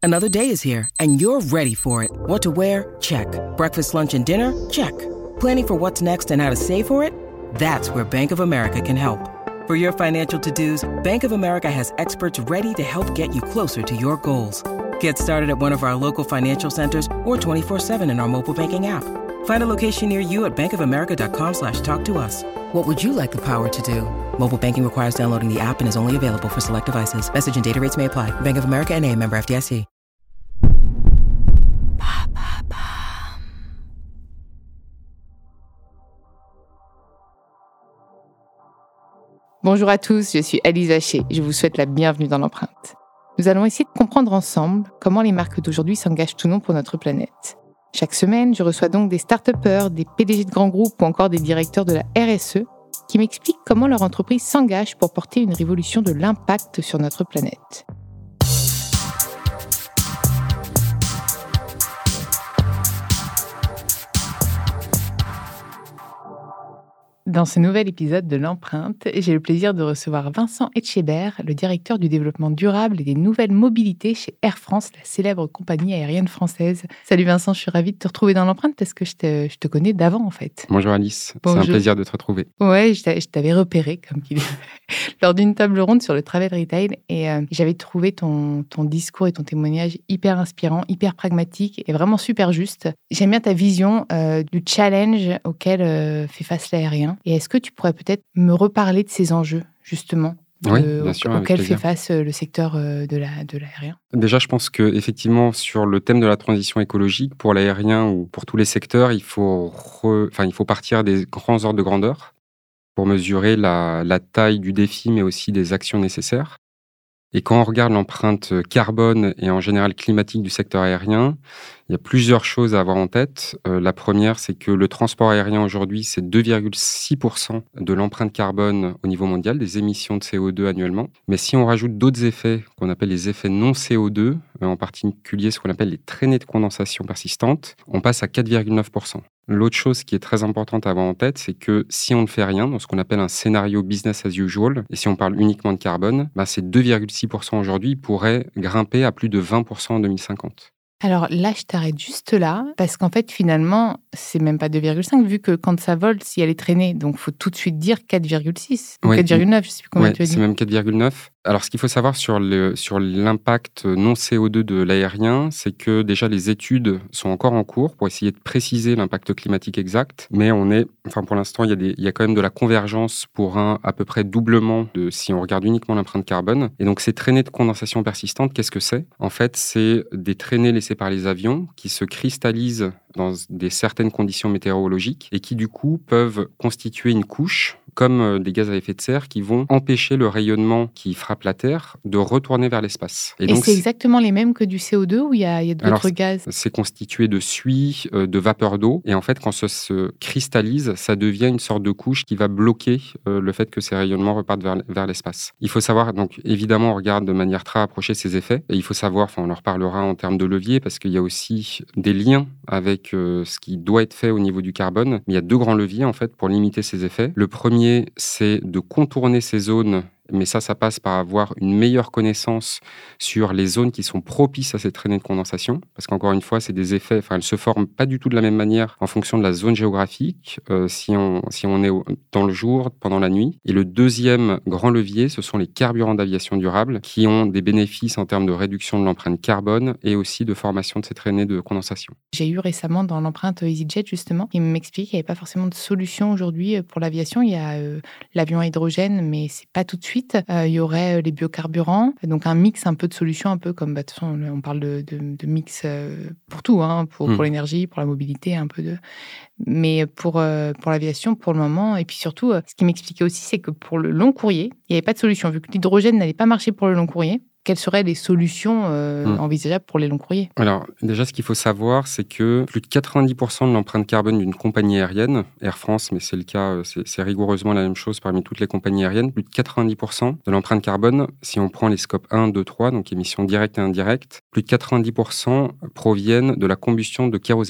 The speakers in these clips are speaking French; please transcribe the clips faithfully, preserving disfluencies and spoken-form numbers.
Another day is here, and you're ready for it. What to wear? Check. Breakfast, lunch, and dinner? Check. Planning for what's next and how to save for it? That's where Bank of America can help. For your financial to-dos, Bank of America has experts ready to help get you closer to your goals. Get started at one of our local financial centers or twenty-four seven in our mobile banking app. Find a location near you at bankofamerica.com slash talk to us. What would you like the power to do? Mobile banking requires downloading the app and is only available for select devices. Message and data rates may apply. Bank of America N A, member F D I C. Bonjour à tous, je suis Alice Vacher. Je vous souhaite la bienvenue dans l'empreinte. Nous allons essayer de comprendre ensemble comment les marques d'aujourd'hui s'engagent ou non pour notre planète. Chaque semaine, je reçois donc des start-upers, des P D G de grands groupes ou encore des directeurs de la R S E qui m'expliquent comment leur entreprise s'engage pour porter une révolution de l'impact sur notre planète. Dans ce nouvel épisode de l'Empreinte, j'ai le plaisir de recevoir Vincent Etchebert, le directeur du développement durable et des nouvelles mobilités chez Air France, la célèbre compagnie aérienne française. Salut Vincent, je suis ravie de te retrouver dans l'Empreinte parce que je te, je te connais d'avant en fait. Bonjour Alice, Bonjour. C'est un plaisir de te retrouver. Ouais, je, je t'avais repéré comme qu'il lors d'une table ronde sur le travel retail et euh, j'avais trouvé ton, ton discours et ton témoignage hyper inspirant, hyper pragmatique et vraiment super juste. J'aime bien ta vision euh, du challenge auquel euh, fait face l'aérien. Et est-ce que tu pourrais peut-être me reparler de ces enjeux, justement, de, oui, bien sûr, auxquels fait face le secteur de, la, de l'aérien? Déjà, je pense qu'effectivement, sur le thème de la transition écologique, pour l'aérien ou pour tous les secteurs, il faut, re... enfin, il faut partir des grands ordres de grandeur pour mesurer la, la taille du défi, mais aussi des actions nécessaires. Et quand on regarde l'empreinte carbone et en général climatique du secteur aérien, il y a plusieurs choses à avoir en tête. Euh, la première, c'est que le transport aérien aujourd'hui, c'est deux virgule six pour cent de l'empreinte carbone au niveau mondial, des émissions de C O deux annuellement. Mais si on rajoute d'autres effets, qu'on appelle les effets non C O deux, euh, en particulier ce qu'on appelle les traînées de condensation persistantes, on passe à quatre virgule neuf pour cent. L'autre chose qui est très importante à avoir en tête, c'est que si on ne fait rien, dans ce qu'on appelle un scénario business as usual, et si on parle uniquement de carbone, bah ces deux virgule six pour cent aujourd'hui pourraient grimper à plus de vingt pour cent en deux mille cinquante. Alors là, je t'arrête juste là, parce qu'en fait, finalement, c'est même pas deux virgule cinq, vu que quand ça vole, si elle est traînée, donc il faut tout de suite dire quatre virgule six, ou ouais, quatre virgule neuf, je ne sais plus combien ouais, tu as dit. C'est même quatre virgule neuf. Alors, ce qu'il faut savoir sur, le, sur l'impact non C O deux de l'aérien, c'est que déjà, les études sont encore en cours pour essayer de préciser l'impact climatique exact. Mais on est, enfin, pour l'instant, il y a des, il y a quand même de la convergence pour un à peu près doublement de si on regarde uniquement l'empreinte carbone. Et donc, ces traînées de condensation persistantes, qu'est-ce que c'est? En fait, c'est des traînées laissées par les avions qui se cristallisent dans des certaines conditions météorologiques et qui, du coup, peuvent constituer une couche comme des gaz à effet de serre qui vont empêcher le rayonnement qui frappe la Terre de retourner vers l'espace. Et, et donc, c'est, c'est exactement les mêmes que du C O deux ou il y a, il y a d'autres alors, gaz? C'est constitué de suie, euh, de vapeur d'eau. Et en fait, quand ça se cristallise, ça devient une sorte de couche qui va bloquer euh, le fait que ces rayonnements repartent vers, vers l'espace. Il faut savoir, donc évidemment, on regarde de manière très rapprochée ces effets. Et il faut savoir, enfin, on en reparlera en termes de levier, parce qu'il y a aussi des liens avec euh, ce qui doit être fait au niveau du carbone. Mais il y a deux grands leviers, en fait, pour limiter ces effets. Le premier, c'est de contourner ces zones, mais ça, ça passe par avoir une meilleure connaissance sur les zones qui sont propices à ces traînées de condensation, parce qu'encore une fois, c'est des effets, enfin, elles se forment pas du tout de la même manière en fonction de la zone géographique, euh, si on, si on est au, dans le jour, pendant la nuit. Et le deuxième grand levier, ce sont les carburants d'aviation durable, qui ont des bénéfices en termes de réduction de l'empreinte carbone et aussi de formation de ces traînées de condensation. J'ai eu récemment dans l'empreinte EasyJet, justement, qui m'explique qu'il n'y avait pas forcément de solution aujourd'hui pour l'aviation. Il y a euh, l'avion à hydrogène, mais c'est pas tout de suite. Euh, il y aurait les biocarburants, donc un mix un peu de solutions, un peu comme, bah, de toute façon, on parle de, de, de mix euh, pour tout, hein, pour, mmh. pour l'énergie, pour la mobilité, un peu de... Mais pour, euh, pour l'aviation, pour le moment, et puis surtout, euh, ce qui m'expliquait aussi, c'est que pour le long courrier, il n'y avait pas de solution. Vu que l'hydrogène n'allait pas marcher pour le long courrier, quelles seraient les solutions euh, mmh. envisageables pour les longs courriers? Alors, déjà, ce qu'il faut savoir, c'est que plus de quatre-vingt-dix pour cent de l'empreinte carbone d'une compagnie aérienne, Air France, mais c'est le cas, c'est, c'est rigoureusement la même chose parmi toutes les compagnies aériennes, plus de quatre-vingt-dix pour cent de l'empreinte carbone, si on prend les scopes un, deux, trois, donc émissions directes et indirectes, plus de quatre-vingt-dix pour cent proviennent de la combustion de kérosène.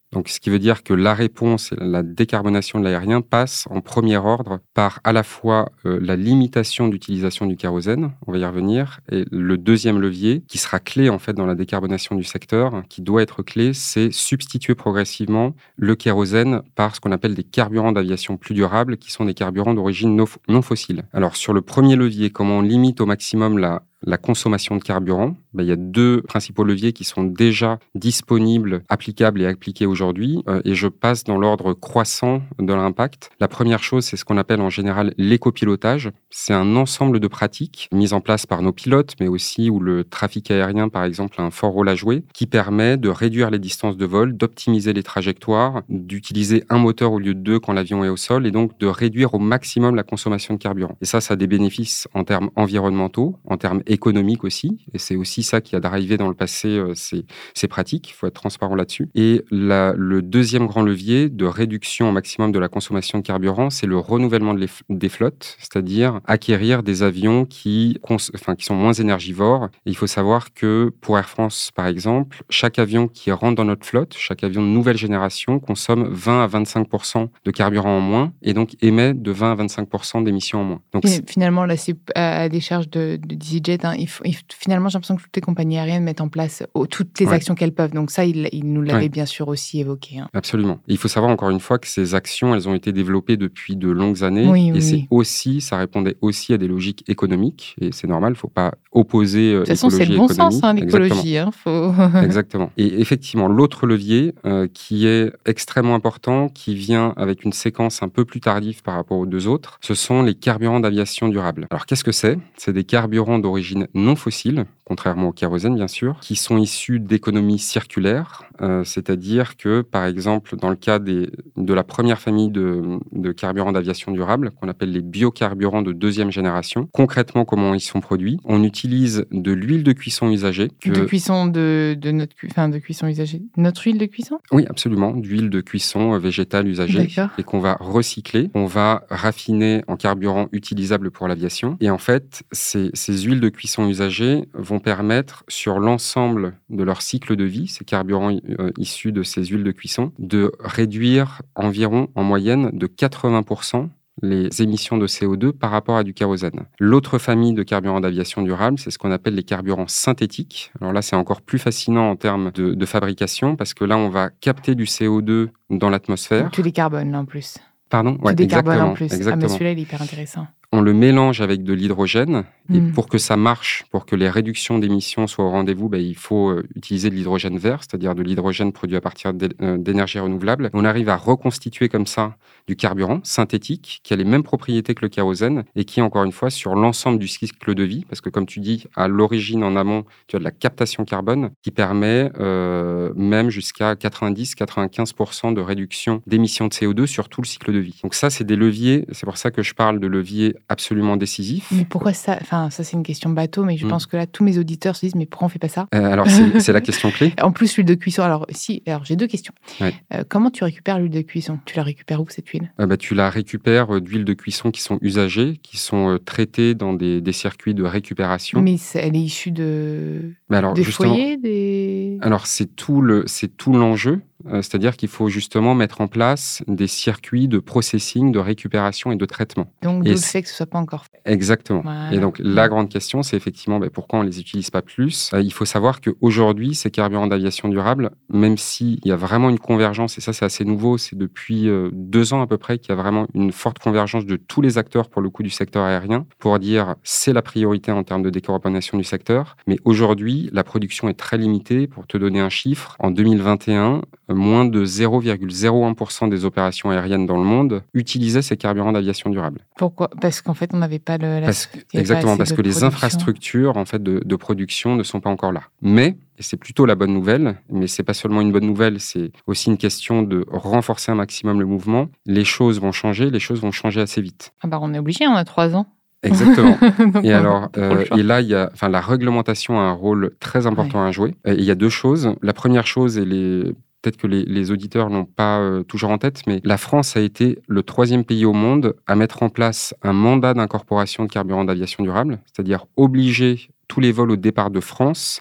Donc, ce qui veut dire que la réponse, la décarbonation de l'aérien passe en premier ordre par à la fois euh, la limitation d'utilisation du kérosène, on va y revenir, et le deuxième levier qui sera clé en fait dans la décarbonation du secteur, qui doit être clé, c'est substituer progressivement le kérosène par ce qu'on appelle des carburants d'aviation plus durables, qui sont des carburants d'origine no- non fossile. Alors, sur le premier levier, comment on limite au maximum la La consommation de carburant, ben, il y a deux principaux leviers qui sont déjà disponibles, applicables et appliqués aujourd'hui. Euh, et je passe dans l'ordre croissant de l'impact. La première chose, c'est ce qu'on appelle en général l'écopilotage. C'est un ensemble de pratiques mises en place par nos pilotes, mais aussi où le trafic aérien, par exemple, a un fort rôle à jouer, qui permet de réduire les distances de vol, d'optimiser les trajectoires, d'utiliser un moteur au lieu de deux quand l'avion est au sol, et donc de réduire au maximum la consommation de carburant. Et ça, ça a des bénéfices en termes environnementaux, en termes économique aussi, et c'est aussi ça qui a drivé dans le passé euh, ces, ces pratiques, il faut être transparent là-dessus. Et la, le deuxième grand levier de réduction au maximum de la consommation de carburant, c'est le renouvellement de les, des flottes, c'est-à-dire acquérir des avions qui, cons, enfin, qui sont moins énergivores. Et il faut savoir que pour Air France, par exemple, chaque avion qui rentre dans notre flotte, chaque avion de nouvelle génération, consomme vingt à vingt-cinq pour cent de carburant en moins, et donc émet de vingt à vingt-cinq pour cent d'émissions en moins. Donc, et finalement, là, c'est à des charges de, de EasyJet. Hein, il faut, il, finalement, j'ai l'impression que toutes les compagnies aériennes mettent en place oh, toutes les ouais. actions qu'elles peuvent. Donc ça, il, il nous l'avait ouais. bien sûr aussi évoqué. Hein. Absolument. Et il faut savoir encore une fois que ces actions, elles ont été développées depuis de longues années. Oui, et oui, c'est oui. aussi, ça répondait aussi à des logiques économiques. Et c'est normal, il ne faut pas opposer euh, écologie et économie. De toute façon, c'est le bon économie. Sens, hein, l'écologie. Hein, faut... Exactement. Et effectivement, l'autre levier euh, qui est extrêmement important, qui vient avec une séquence un peu plus tardive par rapport aux deux autres, ce sont les carburants d'aviation durable. Alors, qu'est-ce que c'est ? C'est des carburants d'origine non fossiles, contrairement au kérosène bien sûr, qui sont issus d'économies circulaires, euh, c'est-à-dire que, par exemple, dans le cas des, de la première famille de, de carburants d'aviation durable, qu'on appelle les biocarburants de deuxième génération, concrètement, comment ils sont produits ? On utilise de l'huile de cuisson usagée. Que... De cuisson de, de notre enfin, de cuisson usagée. Notre huile de cuisson ? Oui, absolument, d'huile de cuisson végétale usagée et qu'on va recycler, on va raffiner en carburant utilisable pour l'aviation. Et en fait, ces, ces huiles de cuisson usagées vont permettre, sur l'ensemble de leur cycle de vie, ces carburants euh, issus de ces huiles de cuisson, de réduire environ, en moyenne, de quatre-vingts pour cent les émissions de C O deux par rapport à du kérosène. L'autre famille de carburants d'aviation durable, c'est ce qu'on appelle les carburants synthétiques. Alors là, c'est encore plus fascinant en termes de, de fabrication, parce que là, on va capter du C O deux dans l'atmosphère. Tu décarbones, là, en plus. Pardon ? Tu ouais, décarbones exactement, en plus. Exactement. Ah, mais celui-là, il est hyper intéressant. On le mélange avec de l'hydrogène, et Mm. pour que ça marche, pour que les réductions d'émissions soient au rendez-vous, ben, il faut euh, utiliser de l'hydrogène vert, c'est-à-dire de l'hydrogène produit à partir d'é- euh, d'énergie renouvelable. On arrive à reconstituer comme ça du carburant synthétique qui a les mêmes propriétés que le kérosène et qui, encore une fois, sur l'ensemble du cycle de vie, parce que comme tu dis, à l'origine, en amont, tu as de la captation carbone qui permet euh, même jusqu'à quatre-vingt-dix à quatre-vingt-quinze pour cent de réduction d'émissions de C O deux sur tout le cycle de vie. Donc ça, c'est des leviers, c'est pour ça que je parle de leviers absolument décisif. Mais pourquoi ça ? Enfin, ça, c'est une question bateau, mais je Mm. pense que là, tous mes auditeurs se disent, mais pourquoi on fait pas ça ? Euh, alors, c'est, c'est la question clé. En plus, l'huile de cuisson. Alors, si, alors j'ai deux questions. Ouais. Euh, comment tu récupères l'huile de cuisson ? Tu la récupères où, cette huile ? Euh, bah, tu la récupères euh, d'huiles de cuisson qui sont usagées, qui sont euh, traitées dans des, des circuits de récupération. Mais c'est- elle est issue de... Mais alors, des justement, foyers, des... alors c'est tout le, c'est tout l'enjeu. Euh, c'est-à-dire qu'il faut justement mettre en place des circuits de processing, de récupération et de traitement. Donc, Et d'où le c'est- fait que ce soit pas encore fait. Exactement. Voilà. Et donc, la grande question, c'est effectivement ben, pourquoi on ne les utilise pas plus. Euh, il faut savoir qu'aujourd'hui, ces carburants d'aviation durable, même s'il y a vraiment une convergence, et ça, c'est assez nouveau, c'est depuis euh, deux ans à peu près qu'il y a vraiment une forte convergence de tous les acteurs, pour le coup, du secteur aérien, pour dire c'est la priorité en termes de décarbonation du secteur. Mais aujourd'hui, la production est très limitée. Pour te donner un chiffre, en deux mille vingt et un, moins de zéro virgule zéro un pour cent des opérations aériennes dans le monde utilisaient ces carburants d'aviation durable. Pourquoi ? Parce qu'en fait, on n'avait pas le... La... Parce que, il y avait pas exactement, assez parce de que les production. infrastructures en fait, de, de production ne sont pas encore là. Mais, et c'est plutôt la bonne nouvelle, mais c'est pas seulement une bonne nouvelle, c'est aussi une question de renforcer un maximum le mouvement. Les choses vont changer, les choses vont changer assez vite. Ah bah, on est obligé, on a trois ans. Exactement. Donc, Et on a alors, pas trop le euh, choix. et là, il y a, enfin, la réglementation a un rôle très important à jouer. Et il y a deux choses. La première chose, et les, peut-être que les, les auditeurs l'ont pas euh, toujours en tête, mais la France a été le troisième pays au monde à mettre en place un mandat d'incorporation de carburant d'aviation durable, c'est-à-dire obliger tous les vols au départ de France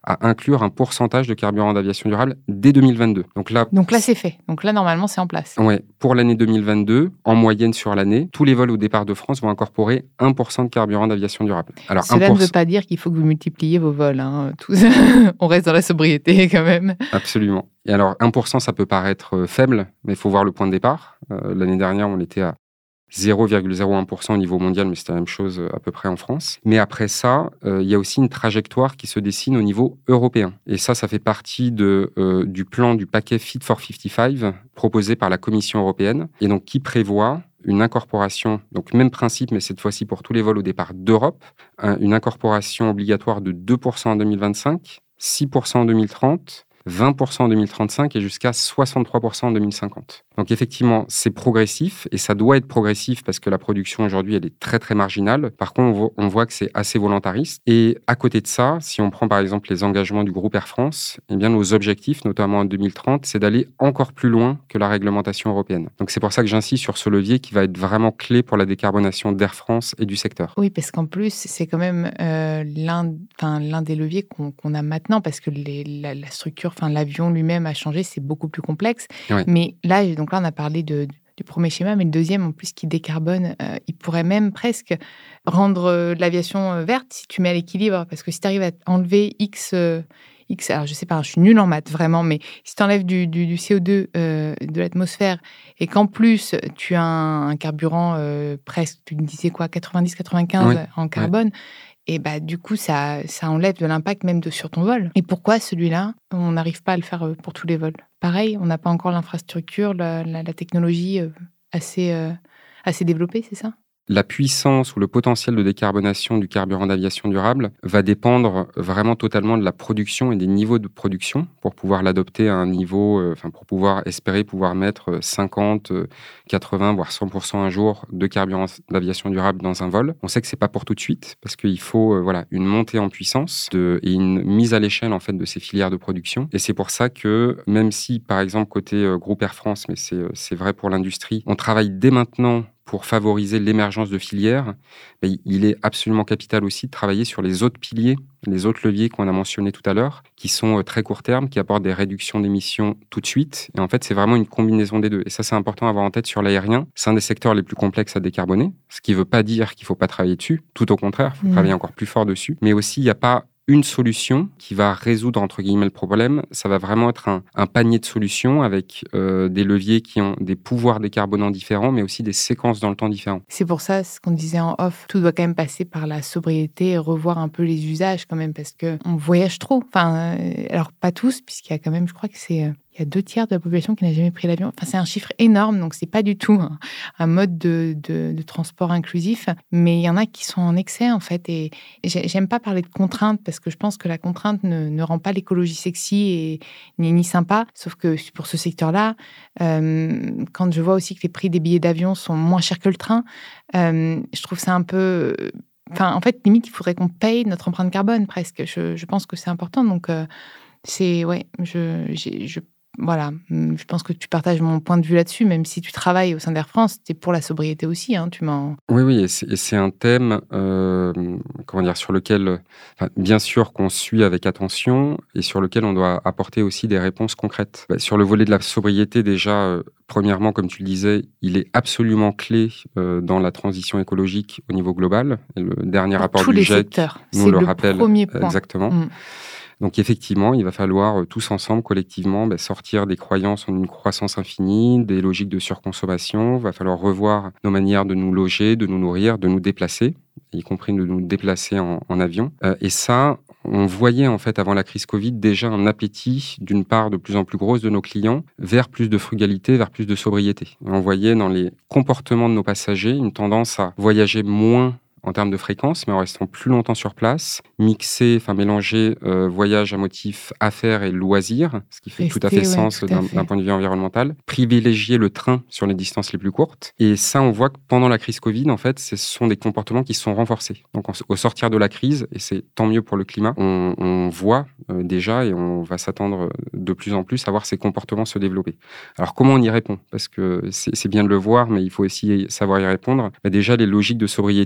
à inclure un pourcentage de carburant d'aviation durable dès deux mille vingt-deux. Donc là, Donc là c'est fait. Donc là, normalement, c'est en place. Oui, pour l'année deux mille vingt-deux, en moyenne sur l'année, tous les vols au départ de France vont incorporer un pour cent de carburant d'aviation durable. Alors, Cela un pour cent... ne veut pas dire qu'il faut que vous multipliez vos vols. Hein, tous... On reste dans la sobriété quand même. Absolument. Et alors, un pour cent, ça peut paraître faible, mais il faut voir le point de départ. Euh, l'année dernière, on était à zéro virgule zéro un pour cent au niveau mondial, mais c'est la même chose à peu près en France. Mais après ça, euh, il y a aussi une trajectoire qui se dessine au niveau européen. Et ça, ça fait partie de, euh, du plan du paquet Fit for cinquante-cinq proposé par la Commission européenne, et donc qui prévoit une incorporation, donc même principe, mais cette fois-ci pour tous les vols au départ d'Europe, un, une incorporation obligatoire de deux pour cent en deux mille vingt-cinq, six pour cent en deux mille trente, vingt pour cent en deux mille trente-cinq et jusqu'à soixante-trois pour cent en deux mille cinquante. Donc effectivement, c'est progressif et ça doit être progressif parce que la production aujourd'hui, elle est très très marginale. Par contre, on voit, on voit que c'est assez volontariste. Et à côté de ça, si on prend par exemple les engagements du groupe Air France, eh bien nos objectifs, notamment en deux mille trente, c'est d'aller encore plus loin que la réglementation européenne. Donc c'est pour ça que j'insiste sur ce levier qui va être vraiment clé pour la décarbonation d'Air France et du secteur. Oui, parce qu'en plus, c'est quand même euh, l'un, enfin, l'un des leviers qu'on, qu'on a maintenant parce que les, la, la structure, enfin l'avion lui-même a changé, c'est beaucoup plus complexe. Oui. Mais là, donc là, on a parlé de, du premier schéma, mais le deuxième, en plus, qui décarbone, euh, il pourrait même presque rendre euh, l'aviation verte si tu mets à l'équilibre. Parce que si tu arrives à enlever X, euh, X, alors je sais pas, je suis nulle en maths, vraiment, mais si tu enlèves du, du, du C O deux euh, de l'atmosphère et qu'en plus, tu as un, un carburant euh, presque, tu me disais quoi, quatre-vingt-dix quatre-vingt-quinze oui. en carbone, oui. Et bah, du coup, ça, ça enlève de l'impact même de, sur ton vol. Et pourquoi celui-là, on n'arrive pas à le faire pour tous les vols? Pareil, on n'a pas encore l'infrastructure, la, la, la technologie assez, euh, assez développée, c'est ça? La puissance ou le potentiel de décarbonation du carburant d'aviation durable va dépendre vraiment totalement de la production et des niveaux de production pour pouvoir l'adopter à un niveau, euh, enfin pour pouvoir espérer pouvoir mettre cinquante, quatre-vingts, voire cent pour cent un jour de carburant d'aviation durable dans un vol. On sait que c'est pas pour tout de suite parce qu'il faut euh, voilà une montée en puissance de, et une mise à l'échelle en fait de ces filières de production. Et c'est pour ça que même si par exemple côté euh, groupe Air France, mais c'est c'est vrai pour l'industrie, on travaille dès maintenant pour favoriser l'émergence de filières, il est absolument capital aussi de travailler sur les autres piliers, les autres leviers qu'on a mentionnés tout à l'heure, qui sont très court terme, qui apportent des réductions d'émissions tout de suite. Et en fait, c'est vraiment une combinaison des deux. Et ça, c'est important à avoir en tête sur l'aérien. C'est un des secteurs les plus complexes à décarboner, ce qui ne veut pas dire qu'il ne faut pas travailler dessus. Tout au contraire, il faut mmh. travailler encore plus fort dessus. Mais aussi, il n'y a pas une solution qui va résoudre, entre guillemets, le problème. Ça va vraiment être un, un panier de solutions avec euh, des leviers qui ont des pouvoirs décarbonants différents, mais aussi des séquences dans le temps différentes. C'est pour ça, ce qu'on disait en off, tout doit quand même passer par la sobriété et revoir un peu les usages quand même, parce qu'on voyage trop. Enfin, euh, alors pas tous, puisqu'il y a quand même, je crois que c'est... Euh... Il y a deux tiers de la population qui n'a jamais pris l'avion. Enfin, c'est un chiffre énorme, donc c'est pas du tout un, un mode de, de, de transport inclusif. Mais il y en a qui sont en excès, en fait. Et j'aime pas parler de contrainte, parce que je pense que la contrainte ne, ne rend pas l'écologie sexy et ni, ni sympa. Sauf que pour ce secteur-là, euh, quand je vois aussi que les prix des billets d'avion sont moins chers que le train, euh, je trouve ça un peu... Enfin, en fait, limite, il faudrait qu'on paye notre empreinte carbone, presque. Je, je pense que c'est important. Donc, euh, c'est... Ouais, je... J'ai, je Voilà, je pense que tu partages mon point de vue là-dessus, même si tu travailles au sein d'Air France, tu es pour la sobriété aussi, hein, tu m'en... Oui, oui, et c'est, et c'est un thème, euh, comment dire, sur lequel, enfin, bien sûr qu'on suit avec attention et sur lequel on doit apporter aussi des réponses concrètes. Bah, sur le volet de la sobriété, déjà, euh, premièrement, comme tu le disais, il est absolument clé euh, dans la transition écologique au niveau global. Et le dernier pour rapport tous du les G E C secteurs. nous c'est le, le rappelle. Premier point. Exactement. Mmh. Donc effectivement, il va falloir euh, tous ensemble, collectivement, bah, sortir des croyances en une croissance infinie, des logiques de surconsommation. Il va falloir revoir nos manières de nous loger, de nous nourrir, de nous déplacer, y compris de nous déplacer en, en avion. Euh, et ça, on voyait en fait avant la crise Covid déjà un appétit d'une part de plus en plus grosse de nos clients vers plus de frugalité, vers plus de sobriété. Et on voyait dans les comportements de nos passagers une tendance à voyager moins en termes de fréquence, mais en restant plus longtemps sur place, mixer, enfin mélanger euh, voyage à motif affaires et loisirs, ce qui fait Rester, tout à fait ouais, sens tout d'un, d'un point de vue environnemental, privilégier le train sur les distances les plus courtes. Et ça, on voit que pendant la crise Covid, en fait, ce sont des comportements qui se sont renforcés. Donc, au sortir de la crise, et c'est tant mieux pour le climat, on, on voit euh, déjà, et on va s'attendre de plus en plus à voir ces comportements se développer. Alors, comment on y répond ? Parce que c'est, c'est bien de le voir, mais il faut aussi savoir y répondre. Bah, déjà, les logiques de sobriété, on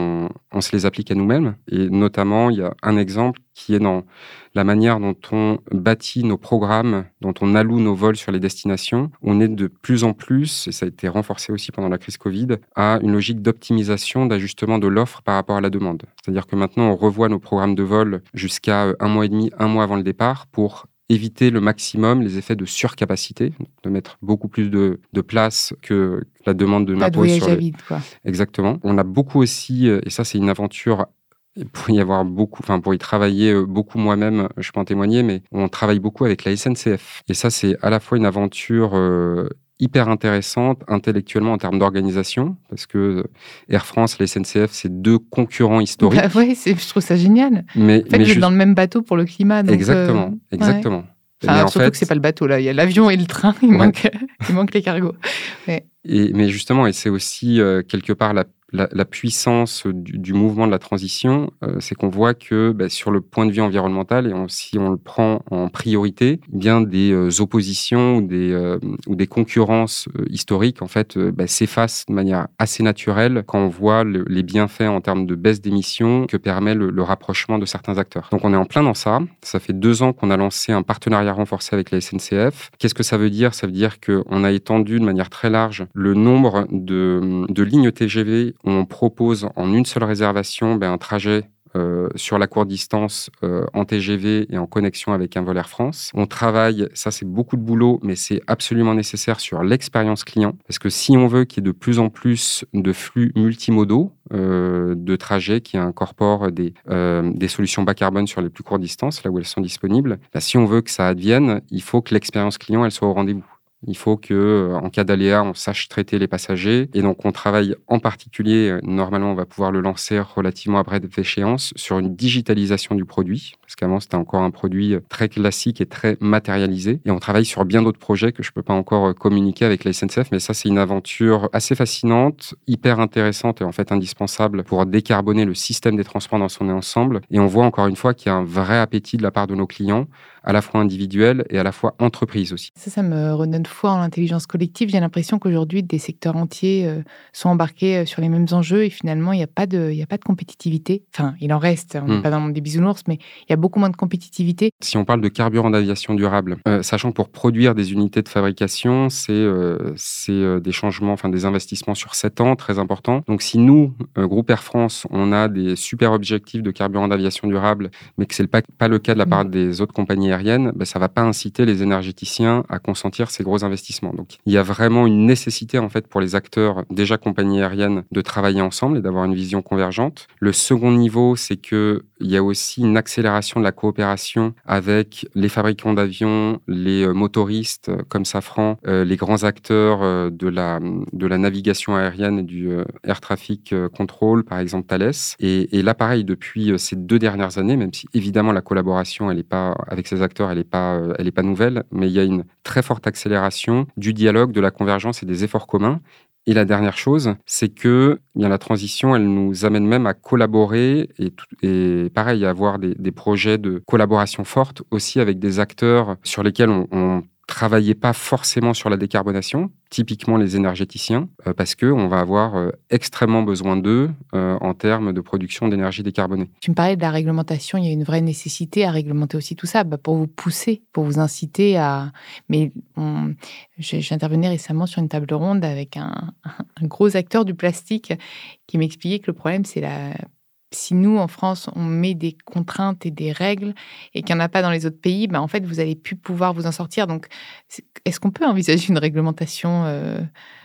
on, on se les applique à nous-mêmes. Et notamment, il y a un exemple qui est dans la manière dont on bâtit nos programmes, dont on alloue nos vols sur les destinations. On est de plus en plus, et ça a été renforcé aussi pendant la crise Covid, à une logique d'optimisation, d'ajustement de l'offre par rapport à la demande. C'est-à-dire que maintenant, on revoit nos programmes de vol jusqu'à un mois et demi, un mois avant le départ pour éviter le maximum les effets de surcapacité, de mettre beaucoup plus de, de place que la demande de Pas de l'impôt voyage sur à les... vide, quoi. Exactement. On a beaucoup aussi, et ça c'est une aventure, pour y avoir beaucoup, enfin pour y travailler beaucoup moi-même, je peux en témoigner, mais on travaille beaucoup avec la S N C F. Et ça c'est à la fois une aventure euh, hyper intéressante intellectuellement en termes d'organisation, parce que Air France, la S N C F, c'est deux concurrents historiques. Bah ouais, c'est, je trouve ça génial. Mais, en fait, mais vous êtes juste... dans le même bateau pour le climat. Donc, exactement, euh... exactement. Ouais. Enfin, mais en surtout fait... que c'est pas le bateau là, il y a l'avion et le train, il, ouais. manque, il manque les cargos. Ouais. Et, mais justement, et c'est aussi euh, quelque part la La, la puissance du, du mouvement de la transition, euh, c'est qu'on voit que bah, sur le point de vue environnemental, et on, si on le prend en priorité, bien des euh, oppositions ou des, euh, ou des concurrences euh, historiques en fait, euh, bah, s'effacent de manière assez naturelle quand on voit le, les bienfaits en termes de baisse d'émissions que permet le, le rapprochement de certains acteurs. Donc on est en plein dans ça. Ça fait deux ans qu'on a lancé un partenariat renforcé avec la S N C F. Qu'est-ce que ça veut dire ? Ça veut dire qu'on a étendu de manière très large le nombre de, de lignes T G V. On propose en une seule réservation ben, un trajet euh, sur la courte distance euh, en T G V et en connexion avec un vol Air France. On travaille, ça c'est beaucoup de boulot, mais c'est absolument nécessaire sur l'expérience client, parce que si on veut qu'il y ait de plus en plus de flux multimodaux, euh, de trajets qui incorporent des, euh, des solutions bas carbone sur les plus courtes distances, là où elles sont disponibles, ben, si on veut que ça advienne, il faut que l'expérience client elle soit au rendez-vous. Il faut que, en cas d'aléa, on sache traiter les passagers. Et donc, on travaille en particulier, normalement, on va pouvoir le lancer relativement à brève échéance, sur une digitalisation du produit. Parce qu'avant, c'était encore un produit très classique et très matérialisé. Et on travaille sur bien d'autres projets que je ne peux pas encore communiquer avec la S N C F. Mais ça, c'est une aventure assez fascinante, hyper intéressante et en fait indispensable pour décarboner le système des transports dans son ensemble. Et on voit encore une fois qu'il y a un vrai appétit de la part de nos clients, à la fois individuels et à la fois entreprises aussi. Ça, ça me redonne foi en l'intelligence collective. J'ai l'impression qu'aujourd'hui, des secteurs entiers euh, sont embarqués sur les mêmes enjeux et finalement, il n'y a pas de, il n'y a pas de compétitivité. Enfin, il en reste, on n'est mmh. pas dans le monde des bisounours, mais il y a beaucoup moins de compétitivité. Si on parle de carburant d'aviation durable, euh, sachant que pour produire des unités de fabrication, c'est, euh, c'est euh, des changements, enfin des investissements sur sept ans, très importants. Donc si nous, euh, groupe Air France, on a des super objectifs de carburant d'aviation durable, mais que ce n'est pas, pas le cas de la part mmh. des autres compagnies aériennes, ben, ça ne va pas inciter les énergéticiens à consentir ces gros investissements. Donc, il y a vraiment une nécessité en fait pour les acteurs déjà compagnies aériennes de travailler ensemble et d'avoir une vision convergente. Le second niveau, c'est que il y a aussi une accélération de la coopération avec les fabricants d'avions, les motoristes comme Safran, euh, les grands acteurs euh, de la de la navigation aérienne et du euh, air traffic control, par exemple Thales. Et, et là, pareil, depuis ces deux dernières années, même si évidemment la collaboration, elle est pas avec ces acteurs, elle n'est pas, euh, elle est pas nouvelle, mais il y a une très forte accélération du dialogue, de la convergence et des efforts communs. Et la dernière chose, c'est que bien, la transition, elle nous amène même à collaborer et, tout, et pareil, à avoir des, des projets de collaboration forte aussi avec des acteurs sur lesquels on, on travaillait pas forcément sur la décarbonation, typiquement les énergéticiens, euh, parce qu'on va avoir euh, extrêmement besoin d'eux euh, en termes de production d'énergie décarbonée. Tu me parlais de la réglementation, il y a une vraie nécessité à réglementer aussi tout ça, bah, pour vous pousser, pour vous inciter à... Mais on... j'intervenais récemment sur une table ronde avec un, un gros acteur du plastique qui m'expliquait que le problème, c'est la... Si nous, en France, on met des contraintes et des règles et qu'il n'y en a pas dans les autres pays, ben en fait, vous n'allez plus pouvoir vous en sortir. Donc, est-ce qu'on peut envisager une réglementation euh,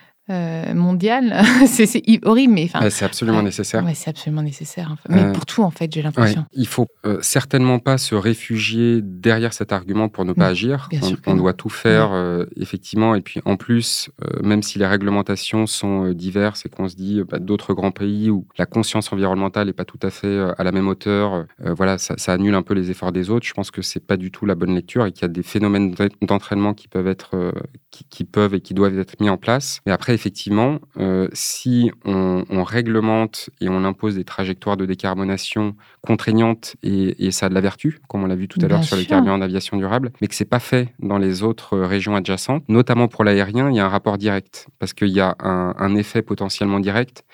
euh, mondiale ? c'est, c'est horrible, mais... Euh, c'est absolument ouais, nécessaire. Oui, c'est absolument nécessaire. Enfin, mais euh, pour tout, en fait, j'ai l'impression. Ouais, il ne faut euh, certainement pas se réfugier derrière cet argument pour ne pas mmh, agir. On, on doit tout faire, ouais. euh, effectivement. Et puis, en plus, euh, même si les réglementations sont euh, diverses et qu'on se dit euh, bah, d'autres grands pays où la conscience environnementale n'est pas tout à fait euh, à la même hauteur, euh, voilà, ça, ça annule un peu les efforts des autres. Je pense que ce n'est pas du tout la bonne lecture et qu'il y a des phénomènes d'entraînement qui peuvent être, euh, qui, qui peuvent et qui doivent être mis en place. Mais après, effectivement, euh, si on, on réglemente et on impose des trajectoires de décarbonation contraignantes et, et ça a de la vertu, comme on l'a vu tout à Bien l'heure sûr. Sur les carburants d'aviation durable, mais que c'est pas fait dans les autres régions adjacentes, notamment pour l'aérien, il y a un rapport direct parce qu'il y a un, un effet potentiellement direct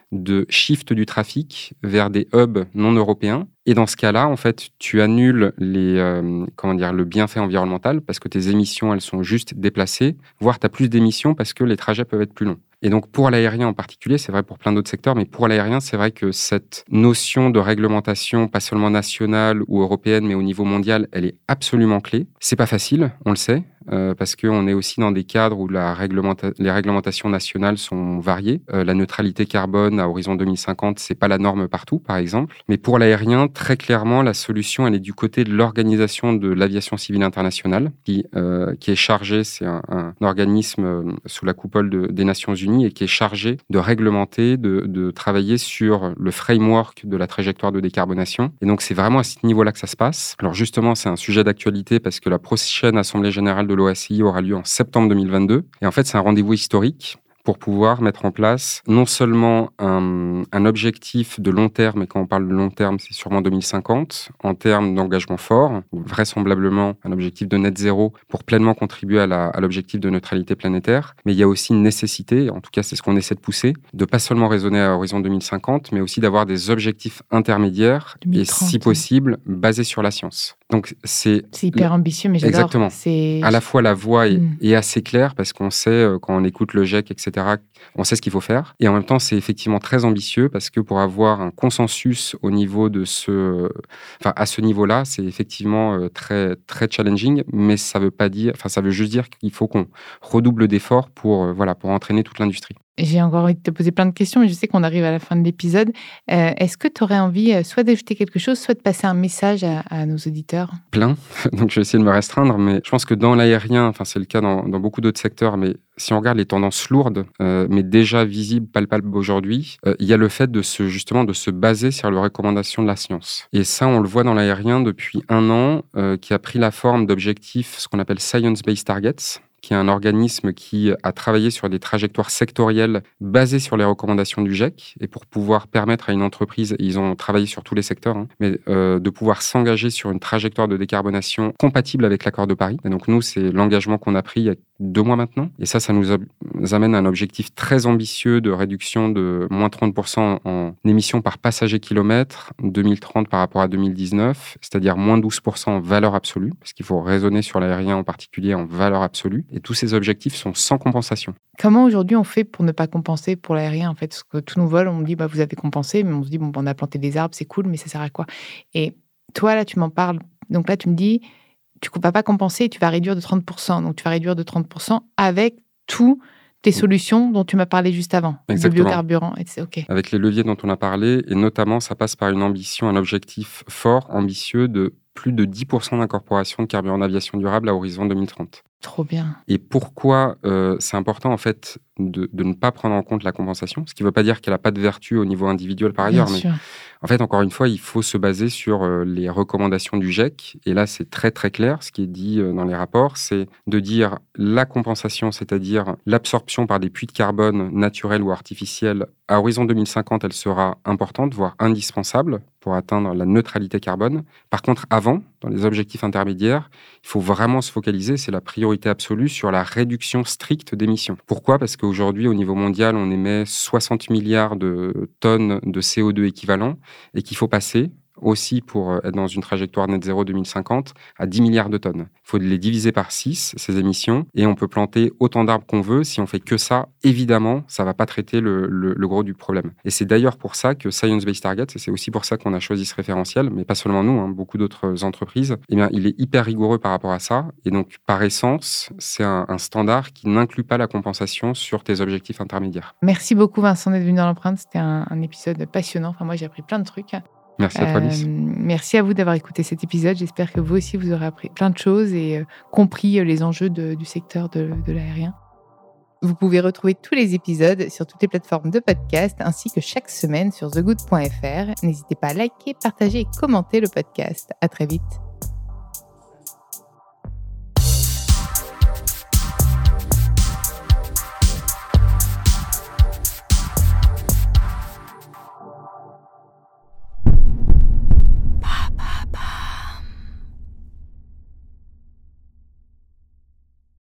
de shift du trafic vers des hubs non européens. Et dans ce cas-là, en fait, tu annules les, euh, comment dire, le bienfait environnemental parce que tes émissions, elles sont juste déplacées, voire tu as plus d'émissions parce que les trajets peuvent être plus longs. Et donc, pour l'aérien en particulier, c'est vrai pour plein d'autres secteurs, mais pour l'aérien, c'est vrai que cette notion de réglementation, pas seulement nationale ou européenne, mais au niveau mondial, elle est absolument clé. C'est pas facile, on le sait, euh, parce qu'on est aussi dans des cadres où la réglementa- les réglementations nationales sont variées. Euh, la neutralité carbone à horizon deux mille cinquante, c'est pas la norme partout, par exemple. Mais pour l'aérien, très clairement, la solution, elle est du côté de l'Organisation de l'aviation civile internationale, qui, euh, qui est chargée, c'est un, un organisme euh, sous la coupole de, des Nations Unies, et qui est chargé de réglementer, de, de travailler sur le framework de la trajectoire de décarbonation. Et donc, c'est vraiment à ce niveau-là que ça se passe. Alors justement, c'est un sujet d'actualité parce que la prochaine Assemblée générale de l'O A C I aura lieu en septembre deux mille vingt-deux. Et en fait, c'est un rendez-vous historique pour pouvoir mettre en place non seulement un, un objectif de long terme, et quand on parle de long terme, c'est sûrement deux mille cinquante, en termes d'engagement fort, vraisemblablement un objectif de net zéro pour pleinement contribuer à, la, à l'objectif de neutralité planétaire, mais il y a aussi une nécessité, en tout cas c'est ce qu'on essaie de pousser, de pas seulement raisonner à horizon deux mille cinquante, mais aussi d'avoir des objectifs intermédiaires deux mille trente, et si possible, basés sur la science. Donc c'est, c'est hyper ambitieux, mais j'adore. Exactement. C'est... À la fois, la voie est, mm. est assez claire parce qu'on sait, quand on écoute le G E C, et cetera, on sait ce qu'il faut faire. Et en même temps, c'est effectivement très ambitieux parce que pour avoir un consensus au niveau de ce... Enfin, à ce niveau-là, c'est effectivement très, très challenging, mais ça veut pas dire... Enfin, ça veut juste dire qu'il faut qu'on redouble d'efforts pour, voilà, pour entraîner toute l'industrie. J'ai encore envie de te poser plein de questions, mais je sais qu'on arrive à la fin de l'épisode. Euh, est-ce que tu aurais envie euh, soit d'ajouter quelque chose, soit de passer un message à, à nos auditeurs ? Plein, donc je vais essayer de me restreindre, mais je pense que dans l'aérien, enfin c'est le cas dans, dans beaucoup d'autres secteurs, mais si on regarde les tendances lourdes, euh, mais déjà visibles, palpables aujourd'hui, euh, il y a le fait de se, justement de se baser sur les recommandations de la science. Et ça, on le voit dans l'aérien depuis un an, euh, qui a pris la forme d'objectifs, ce qu'on appelle Science-Based Targets, qui est un organisme qui a travaillé sur des trajectoires sectorielles basées sur les recommandations du G E C. Et pour pouvoir permettre à une entreprise, ils ont travaillé sur tous les secteurs, hein, mais euh, de pouvoir s'engager sur une trajectoire de décarbonation compatible avec l'accord de Paris. Et donc nous, c'est l'engagement qu'on a pris il y a deux mois maintenant. Et ça, ça nous, a, nous amène à un objectif très ambitieux de réduction de moins trente pour cent en émissions par passager kilomètre deux mille trente par rapport à deux mille dix-neuf, c'est-à-dire moins douze pour cent en valeur absolue, parce qu'il faut raisonner sur l'aérien en particulier en valeur absolue. Et tous ces objectifs sont sans compensation. Comment aujourd'hui on fait pour ne pas compenser pour l'aérien en fait ? Parce que tous nos vols, on me dit bah, vous avez compensé, mais on se dit bon, bah, on a planté des arbres, c'est cool, mais ça sert à quoi ? Et toi là, tu m'en parles. Donc là, tu me dis tu ne vas pas compenser, tu vas réduire de trente pour cent. Donc tu vas réduire de trente pour cent avec toutes tes solutions dont tu m'as parlé juste avant, Exactement. Le biocarburant, et c'est OK. Avec les leviers dont on a parlé, et notamment ça passe par une ambition, un objectif fort, ambitieux de plus de dix pour cent d'incorporation de carburant d'aviation durable à horizon deux mille trente. Trop bien. Et pourquoi euh, c'est important en fait de, de ne pas prendre en compte la compensation, ce qui ne veut pas dire qu'elle n'a pas de vertu au niveau individuel par ailleurs, Bien mais sûr. en fait encore une fois il faut se baser sur euh, les recommandations du G E C, et là c'est très très clair, ce qui est dit euh, dans les rapports, c'est de dire la compensation, c'est-à-dire l'absorption par des puits de carbone naturels ou artificiels, à horizon deux mille cinquante elle sera importante, voire indispensable pour atteindre la neutralité carbone. Par contre, avant, dans les objectifs intermédiaires, il faut vraiment se focaliser, c'est la priorité absolue, sur la réduction stricte d'émissions. Pourquoi ? Parce qu'aujourd'hui, au niveau mondial, on émet soixante milliards de tonnes de C O deux équivalent et qu'il faut passer aussi pour être dans une trajectoire net zéro deux mille cinquante à dix milliards de tonnes. Il faut les diviser par six, ces émissions, et on peut planter autant d'arbres qu'on veut. Si on fait que ça, évidemment, ça ne va pas traiter le, le, le gros du problème. Et c'est d'ailleurs pour ça que Science-Based Targets, et c'est aussi pour ça qu'on a choisi ce référentiel, mais pas seulement nous, hein, beaucoup d'autres entreprises, eh bien, il est hyper rigoureux par rapport à ça. Et donc, par essence, c'est un, un standard qui n'inclut pas la compensation sur tes objectifs intermédiaires. Merci beaucoup, Vincent, d'être venu dans l'empreinte. C'était un, un épisode passionnant. Enfin, moi, j'ai appris plein de trucs. Merci à toi, Alice. Euh, merci à vous d'avoir écouté cet épisode. J'espère que vous aussi, vous aurez appris plein de choses et euh, compris les enjeux de, du secteur de, de l'aérien. Vous pouvez retrouver tous les épisodes sur toutes les plateformes de podcast ainsi que chaque semaine sur the good point f r. N'hésitez pas à liker, partager et commenter le podcast. À très vite.